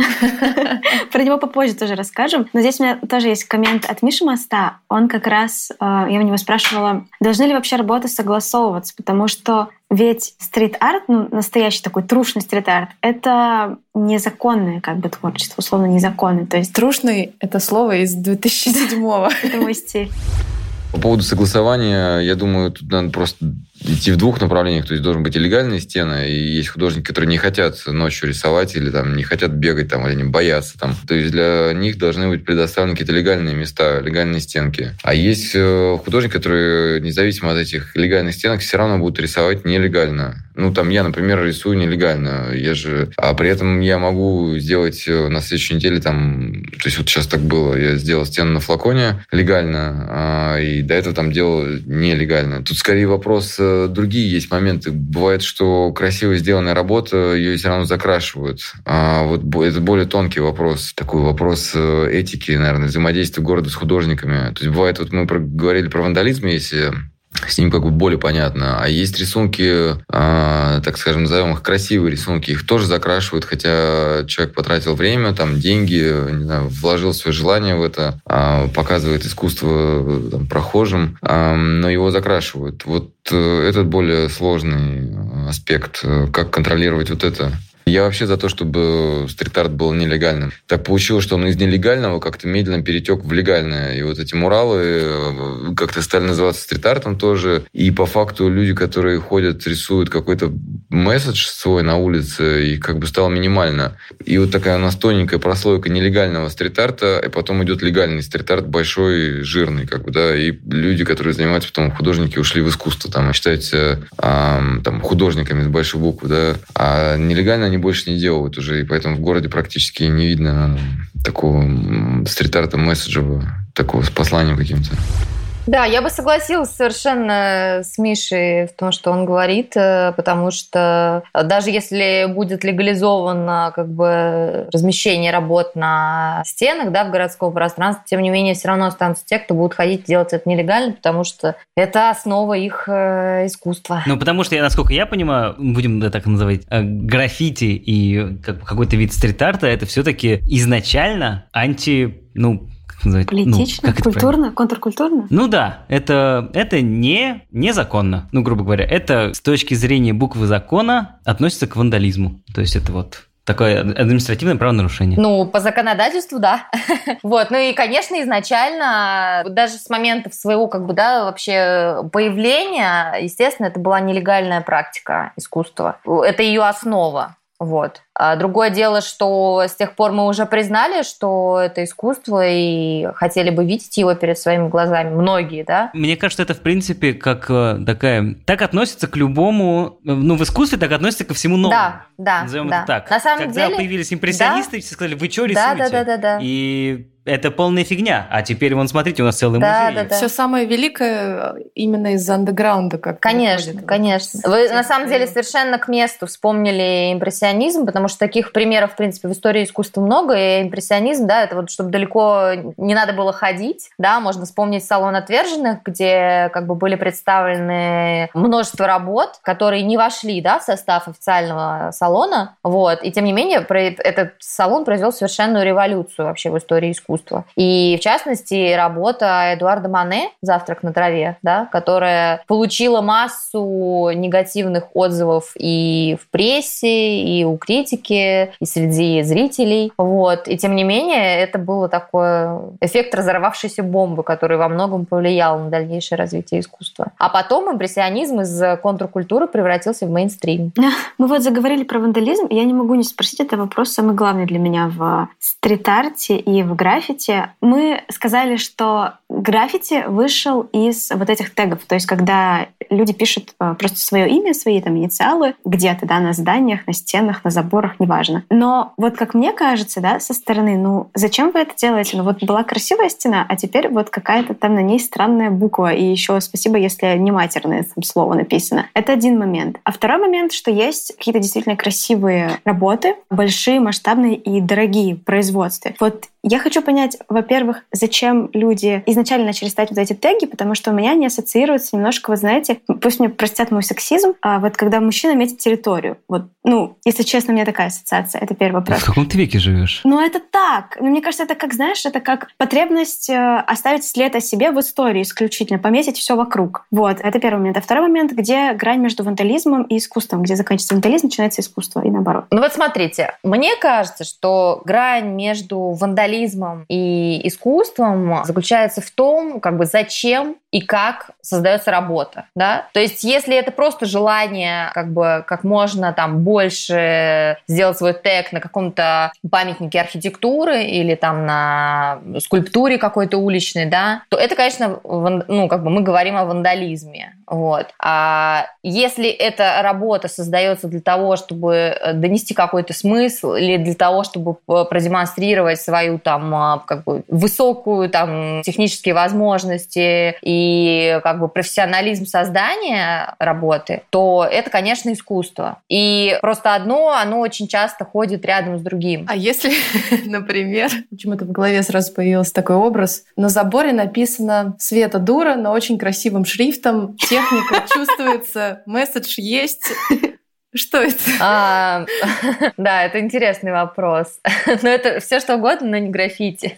Про него попозже тоже расскажем. Но здесь у меня тоже есть коммент от Миши Моста. Он как раз, я у него спрашивала, должны ли вообще работы согласовываться, потому что ведь стрит-арт, ну, настоящий такой трушный стрит-арт, это незаконное как бы творчество, условно незаконное. То есть трушный — это слово из две тысячи седьмого. Это мой стиль. По поводу согласования, я думаю, тут надо просто идти в двух направлениях. То есть должен быть и легальная стена, и есть художники, которые не хотят ночью рисовать или там, не хотят бегать, там, или не боятся. Там. То есть для них должны быть предоставлены какие-то легальные места, легальные стенки. А есть художники, которые, независимо от этих легальных стенок, все равно будут рисовать нелегально. Ну, там я, например, рисую нелегально. Я же... А при этом я могу сделать на следующей неделе там... То есть вот сейчас так было. Я сделал стену на флаконе легально, и до этого там делал нелегально. Тут скорее вопрос... Другие есть моменты. Бывает, что красиво сделанная работа, ее все равно закрашивают. А вот это более тонкий вопрос. Такой вопрос этики, наверное, взаимодействия города с художниками. То есть бывает, вот мы говорили про вандализм, если... С ним как бы более понятно. А есть рисунки, э, так скажем, назовем их красивые рисунки, их тоже закрашивают, хотя человек потратил время, там, деньги, не знаю, вложил свое желание в это, э, показывает искусство там, прохожим, э, но его закрашивают. Вот э, этот более сложный аспект, как контролировать вот это. Я вообще за то, чтобы стрит-арт был нелегальным. Так получилось, что он из нелегального как-то медленно перетек в легальное. И вот эти муралы как-то стали называться стрит-артом тоже. И по факту люди, которые ходят, рисуют какой-то месседж свой на улице, и как бы стало минимально. И вот такая у нас тоненькая прослойка нелегального стрит-арта, и потом идет легальный стрит-арт, большой, жирный, как бы, да. И люди, которые занимаются, потом художники, ушли в искусство, там, и считаются а, там, художниками с большой буквы, да. А нелегально они больше не делают уже, и поэтому в городе практически не видно такого стрит-арта месседжевого, такого с посланием каким-то. Да, я бы согласилась совершенно с Мишей в том, что он говорит, потому что даже если будет легализовано как бы размещение работ на стенах, да, в городском пространстве, тем не менее все равно останутся те, кто будут ходить делать это нелегально, потому что это основа их искусства. Ну, потому что, насколько я понимаю, будем да, так называть, граффити и какой-то вид стрит-арта, это все-таки изначально анти... ну, политично, ну, культурно, контркультурно? Ну да, это, это не незаконно, ну, грубо говоря. Это с точки зрения буквы закона относится к вандализму. То есть это вот такое административное правонарушение. Ну, по законодательству, да. Вот. Ну и, конечно, изначально, даже с момента своего, как бы, да, вообще появления, естественно, это была нелегальная практика искусства. Это ее основа. Вот. А другое дело, что с тех пор мы уже признали, что это искусство, и хотели бы видеть его перед своими глазами. Многие, да? Мне кажется, это, в принципе, как такая... Так относится к любому... Ну, в искусстве так относится ко всему новому. Да, да, назовем да. это так. На самом Когда деле... появились импрессионисты, да? все сказали, вы что да, рисуете? Да, да, да, да. И... это полная фигня. А теперь, вон, смотрите, у нас целый да, музей. Да, да. Все самое великое именно из андеграунда. Как конечно, выходит. конечно. Вы на самом деле совершенно к месту вспомнили импрессионизм, потому что таких примеров, в принципе, в истории искусства много. И импрессионизм, да, это вот чтобы далеко не надо было ходить. Да, можно вспомнить «Салон отверженных», где как бы были представлены множество работ, которые не вошли, да, в состав официального салона. Вот. И тем не менее, этот салон произвел совершенную революцию вообще в истории искусства. И, в частности, работа Эдуарда Мане «Завтрак на траве», да, которая получила массу негативных отзывов и в прессе, и у критики, и среди зрителей. Вот. И, тем не менее, это был такой эффект разорвавшейся бомбы, который во многом повлиял на дальнейшее развитие искусства. А потом импрессионизм из контркультуры превратился в мейнстрим. Мы вот заговорили про вандализм, и я не могу не спросить, это вопрос самый главный для меня в стрит-арте и в граффити. Мы сказали, что граффити вышел из вот этих тегов, то есть когда люди пишут просто свое имя, свои там инициалы где-то, да, на зданиях, на стенах, на заборах, неважно. Но вот как мне кажется, да, со стороны, ну зачем вы это делаете? Ну вот была красивая стена, а теперь вот какая-то там на ней странная буква, и еще спасибо, если не матерное там слово написано. Это один момент. А второй момент, что есть какие-то действительно красивые работы, большие, масштабные и дорогие в производстве. Вот я хочу понять, во-первых, зачем люди изначально начали ставить вот эти теги, потому что у меня они ассоциируются немножко, вы знаете, пусть мне простят мой сексизм, а вот когда мужчина метит территорию. Вот, ну, если честно, у меня такая ассоциация. Это первый вопрос. В каком ты веке живешь? Ну, это так. Но мне кажется, это как, знаешь, это как потребность оставить след о себе в истории исключительно, пометить все вокруг. Вот, это первый момент. А второй момент, где грань между вандализмом и искусством, где заканчивается вандализм, начинается искусство, и наоборот. Ну вот смотрите, мне кажется, что грань между вандализмом и искусством заключается в том, как бы зачем и как создается работа, да? То есть, если это просто желание, как бы, как можно там больше сделать свой тег на каком-то памятнике архитектуры или там на скульптуре какой-то уличной, да, то это, конечно, ну, как бы мы говорим о вандализме, вот. А если эта работа создается для того, чтобы донести какой-то смысл или для того, чтобы продемонстрировать свою там, как бы, высокую там технические возможности и и как бы профессионализм создания работы, то это, конечно, искусство. И просто одно, оно очень часто ходит рядом с другим. А если, например, почему-то в голове сразу появился такой образ, на заборе написано «Света дура», но очень красивым шрифтом, техника чувствуется, месседж есть. Что это? А, да, это интересный вопрос. Но это все что угодно, но не граффити.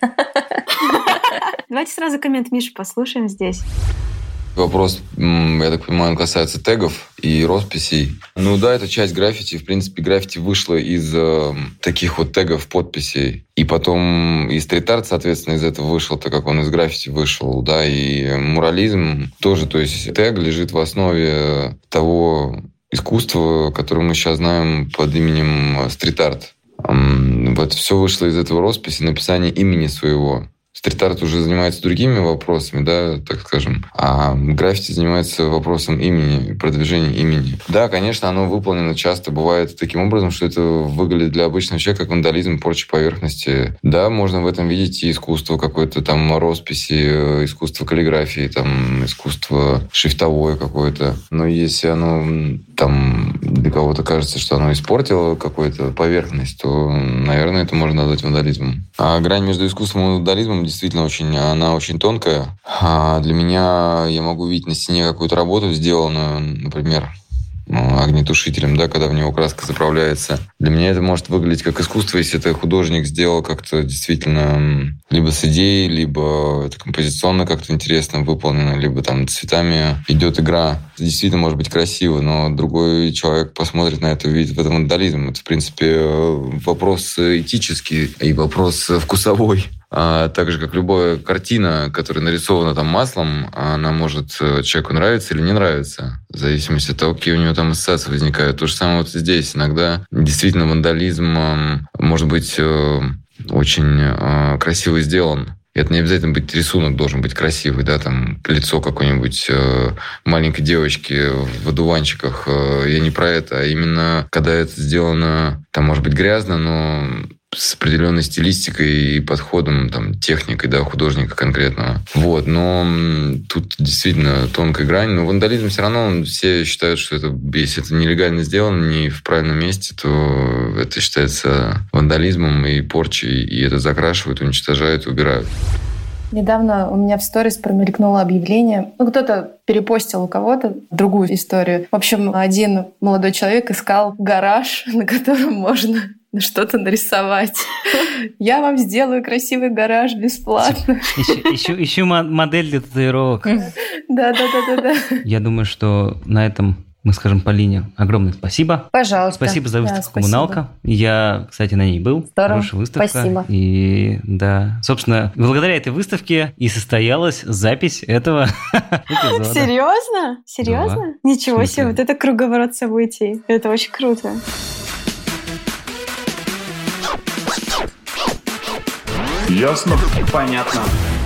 Давайте сразу коммент Миши послушаем здесь. Вопрос, я так понимаю, он касается тегов и росписей. Ну да, это часть граффити. В принципе, граффити вышло из э, таких вот тегов, подписей. И потом и стрит-арт, соответственно, из этого вышел, так как он из граффити вышел. Да, и мурализм тоже. То есть тег лежит в основе того искусства, которое мы сейчас знаем под именем стрит-арт. Вот все вышло из этого росписи, написания имени своего. Стрит-арт уже занимается другими вопросами, да, так скажем, а граффити занимается вопросом имени, продвижения имени. Да, конечно, оно выполнено часто, бывает таким образом, что это выглядит для обычного человека как вандализм, порча поверхности. Да, можно в этом видеть и искусство какое-то там росписи, искусство каллиграфии, там, искусство шрифтовое какое-то. Но если оно там для кого-то кажется, что оно испортило какую-то поверхность, то, наверное, это можно назвать вандализмом. А грань между искусством и вандализмом действительно очень, она очень тонкая. А для меня я могу видеть на стене какую-то работу, сделанную, например, огнетушителем, да, когда в него краска заправляется. Для меня это может выглядеть как искусство, если это художник сделал как-то действительно либо с идеей, либо это композиционно как-то интересно выполнено, либо там цветами идет игра. Это действительно может быть красиво, но другой человек посмотрит на это и увидит в этом вандализм. Это, в принципе, вопрос этический и вопрос вкусовой. а, так же, как любая картина, которая нарисована там маслом, она может человеку нравиться или не нравиться, в зависимости от того, какие у него там ассоциации возникают. То же самое вот здесь. Иногда действительно вандализм может быть очень красиво сделан. Это не обязательно быть рисунок должен быть красивый, да, там лицо какой-нибудь э, маленькой девочки в одуванчиках. Э, я не про это, а именно когда это сделано, там, может быть, грязно, но с определенной стилистикой и подходом, там, техникой, да, художника конкретного. Вот, но тут действительно тонкая грань. Но вандализм все равно, он, все считают, что это, если это нелегально сделано, не в правильном месте, то это считается вандализмом и порчей, и это закрашивают, уничтожают, убирают. Недавно у меня в сторис промелькнуло объявление. Ну, кто-то перепостил у кого-то другую историю. В общем, один молодой человек искал гараж, на котором можно что-то нарисовать. Я вам сделаю красивый гараж бесплатно. Ищу, ищу модель для татуировок. Да-да-да-да-да. Я думаю, что на этом мы скажем Полине огромное спасибо. Пожалуйста. Спасибо за выставку да, «Коммуналка». Я, кстати, на ней был. Здорово. Хорошая выставка. Спасибо. И да, собственно, благодаря этой выставке и состоялась запись этого эпизода. Серьезно? Серьезно? Да. Ничего себе, вот это круговорот событий. Это очень круто. Ясно? Понятно.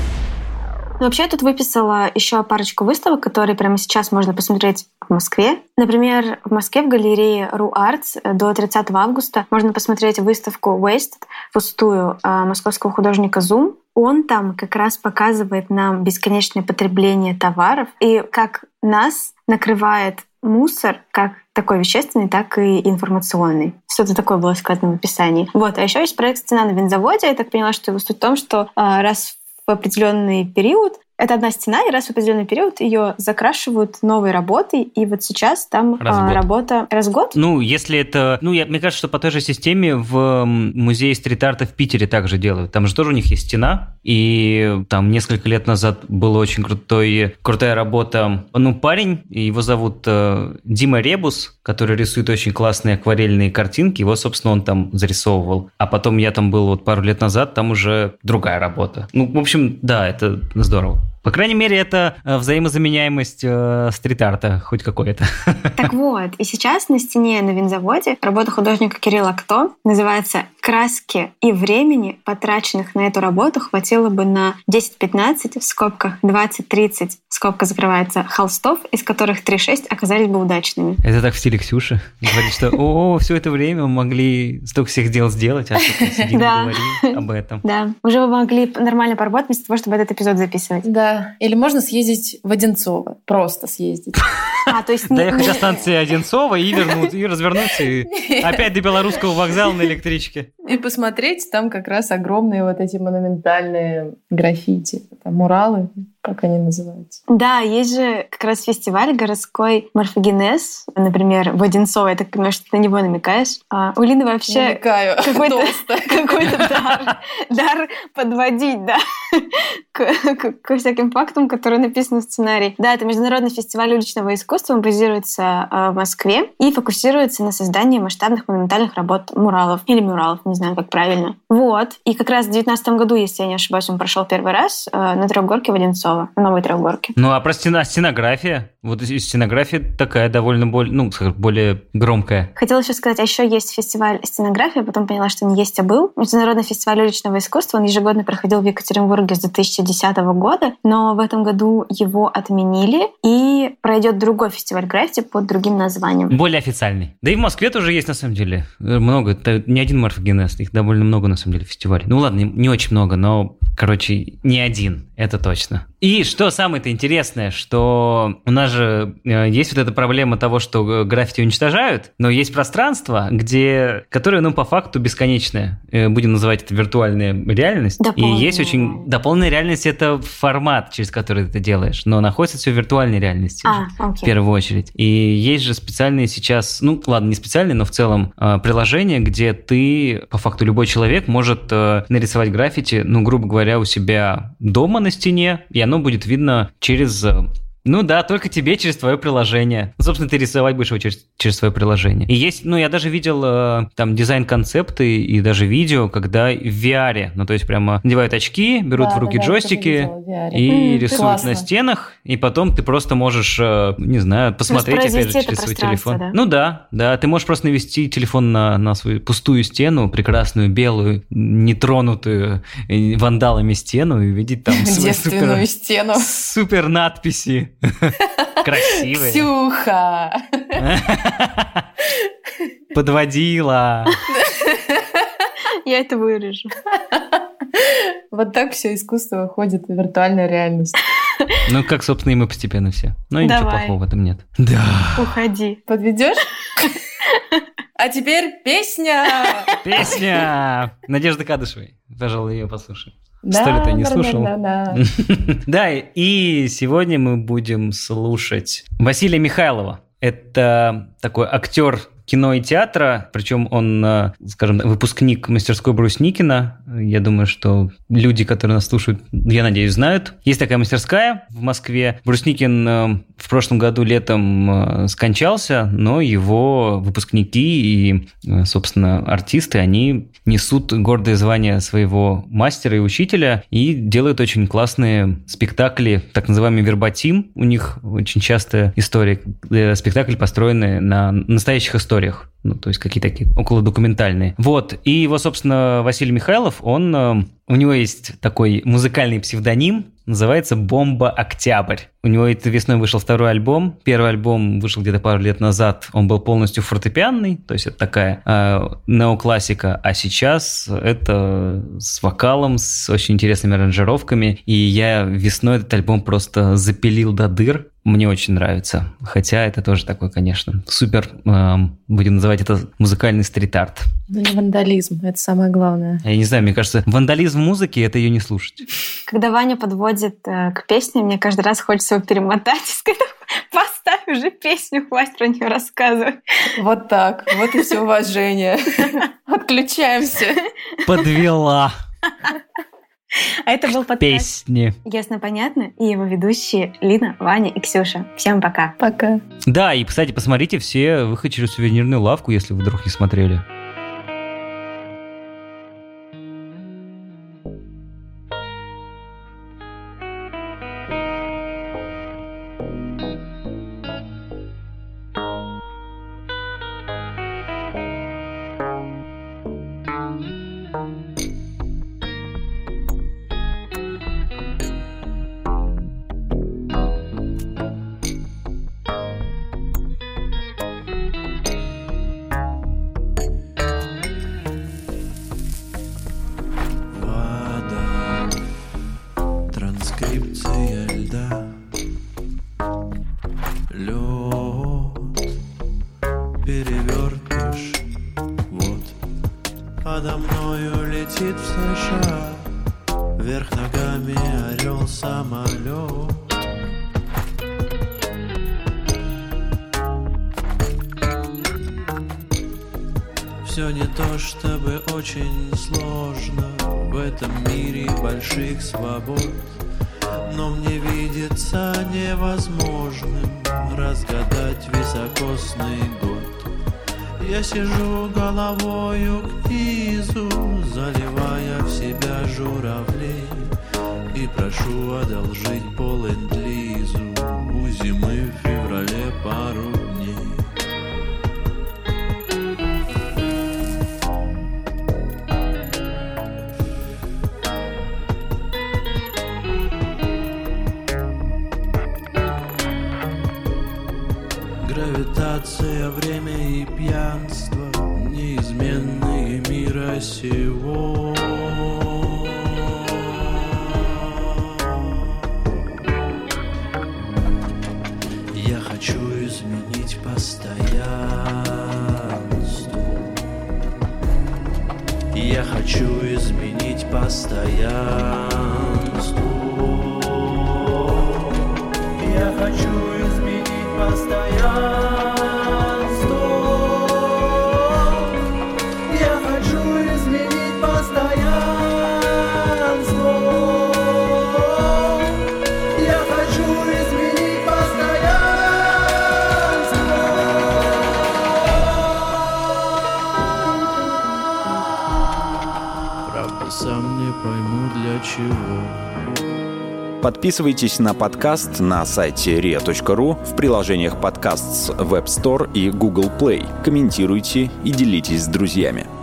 Но вообще я тут выписала еще парочку выставок, которые прямо сейчас можно посмотреть в Москве. Например, в Москве в галерее Ру Артс до тридцатого августа можно посмотреть выставку Wasted, пустую, московского художника Zoom. Он там как раз показывает нам бесконечное потребление товаров и как нас накрывает мусор, как такой вещественный, так и информационный. Что-то такое было сказано в описании. Вот. А еще есть проект «Стена на винзаводе». Я так поняла, что его суть в том, что раз в определенный период это одна стена, и раз в определенный период ее закрашивают новой работой, и вот сейчас там а, работа раз в год. Ну, если это... Ну, я, мне кажется, что по той же системе в музее стрит-арта в Питере также делают. Там же тоже у них есть стена, и там несколько лет назад была очень крутой, крутая работа. Ну, парень, его зовут э, Дима Ребус, который рисует очень классные акварельные картинки, его, собственно, он там зарисовывал. А потом я там был вот пару лет назад, там уже другая работа. Ну, в общем, да, это здорово. По крайней мере, это взаимозаменяемость э, стрит-арта хоть какой-то. Так вот, и сейчас на стене на винзаводе работа художника Кирилла Кто называется «Краски и времени, потраченных на эту работу, хватило бы на десять-пятнадцать, в скобках двадцать-тридцать, скобка закрывается, холстов, из которых три-шесть оказались бы удачными». Это так в стиле Ксюши. Говорит, что «О, все это время мы могли столько всех дел сделать, а тут сидим и говорим об этом». Да, уже вы могли нормально поработать вместо того, чтобы этот эпизод записывать. Да. Или можно съездить в Одинцово. Просто съездить. А, то есть... Доехать до станции Одинцово и вернуться, и развернуться, и опять до Белорусского вокзала на электричке. И посмотреть, там как раз огромные вот эти монументальные граффити. Там муралы, как они называются. Да, есть же как раз фестиваль городской морфогенез, например, в Одинцово. Я так понимаю, что ты на него намекаешь. А у Лины вообще Намекаю. какой-то, какой-то дар, дар подводить, да, к, к, к всяким фактам, которые написаны в сценарии. Да, это международный фестиваль уличного искусства, он базируется в Москве и фокусируется на создании масштабных монументальных работ муралов или мюралов, не знаю, как правильно. Вот. И как раз в две тысячи девятнадцатом году, если я не ошибаюсь, он прошел первый раз на трехгорке в Одинцово, в новой трехгорке. Ну, а про стена, стенография? Вот стенография такая довольно более, ну, более громкая. Хотела еще сказать, а еще есть фестиваль стенографии, потом поняла, что не есть, а был. Международный фестиваль уличного искусства, он ежегодно проходил в Екатеринбурге с две тысячи десятого года, но в этом году его отменили, и пройдет другой фестиваль граффити под другим названием. Более официальный. Да и в Москве тоже есть, на самом деле. Много. Это не один морфогенез, их довольно много, на самом деле, фестивалей. Ну ладно, не, не очень много, но, короче, не один, это точно. И что самое-то интересное, что у нас же есть вот эта проблема того, что граффити уничтожают, но есть пространство, где, которое, ну, по факту бесконечное. Будем называть это виртуальная реальность. Дополненная. И есть очень... Дополненная реальность — это формат, через который ты это делаешь, но находится все в виртуальной реальности а, же, в первую очередь. И есть же специальные сейчас, ну, ладно, не специальные, но в целом приложения, где ты, по факту, любой человек может нарисовать граффити, ну, грубо говоря, у себя дома на стене, и оно будет видно через Ну да, только тебе через твое приложение. Собственно, ты рисовать будешь его через, через свое приложение. И есть, ну, я даже видел э, там дизайн-концепты и даже видео, когда в ви ар, ну, то есть прямо надевают очки, берут Да, в руки да, да, джойстики и М, рисуют классно. на стенах, и потом ты просто можешь, э, не знаю, посмотреть, опять же, Воспроизвести через это свой пространство, телефон. да? Ну да, да, ты можешь просто навести телефон на, на свою пустую стену, прекрасную, белую, нетронутую э, вандалами стену, и увидеть там свои Девственную супер, стену. супер надписи. Красивые. Ксюха! Подводила. Я это вырежу. Вот так все искусство выходит в виртуальную реальность. Ну, как, собственно, и мы постепенно все. Но ничего Давай. плохого в этом нет. Да. Уходи. Подведешь? А теперь песня! Песня Надежды Кадышевой. Пожалуй, ее послушаем. Сто лет я не слушал. Да-да-да-да. Да, и сегодня мы будем слушать Василия Михайлова. Это такой актер кино и театра, причем он, скажем, выпускник мастерской Брусникина. Я думаю, что люди, которые нас слушают, я надеюсь, знают. Есть такая мастерская в Москве. Брусникин в прошлом году летом скончался, но его выпускники и, собственно, артисты, они несут гордое звание своего мастера и учителя и делают очень классные спектакли, так называемый вербатим. У них очень частая история. Спектакли построены на настоящих историях. Ну, то есть какие-то такие околодокументальные. Вот. И его, собственно, Василий Михайлов, он, у него есть такой музыкальный псевдоним, называется «Бомба Октябрь». У него этой весной вышел второй альбом. Первый альбом вышел где-то пару лет назад. Он был полностью фортепианный, то есть это такая э, неоклассика. А сейчас это с вокалом, с очень интересными аранжировками. И я весной этот альбом просто запилил до дыр. Мне очень нравится. Хотя это тоже такой, конечно, супер, э, будем называть это музыкальный стрит-арт. Ну, не вандализм, это самое главное. Я не знаю, мне кажется, вандализм музыки – это ее не слушать. Когда Ваня подводит э, к песне, мне каждый раз хочется его перемотать и сказать: поставь уже песню, хватит про нее рассказывать. Вот так, вот и все уважение. Отключаемся. Подвела А это был подкаст песни. «Ясно-понятно» и его ведущие Лина, Ваня и Ксюша. Всем пока. Пока. Да, и, кстати, посмотрите все «Выход через сувенирную лавку», если вы вдруг не смотрели. Транскрипция льда, лед, перевертыш. Вот подо мною летит в США, вверх ногами орел самолет. Все не то чтобы очень сложно в этом мире больших свобод, но мне видится невозможным разгадать високосный год. Я сижу головою к низу, заливая в себя журавлей, и прошу одолжить по ленд-лизу у зимы в феврале пару дней. Гравитация, время и пьянство, неизменные мира сего. Я хочу изменить постоянство. Я хочу изменить постоянство. Я хочу изменить постоянство. Я хочу изменить постоянство. Я хочу изменить постоянство. Подписывайтесь на подкаст на сайте риа точка ру, в приложениях подкаст с Web Store и Google Play. Комментируйте и делитесь с друзьями.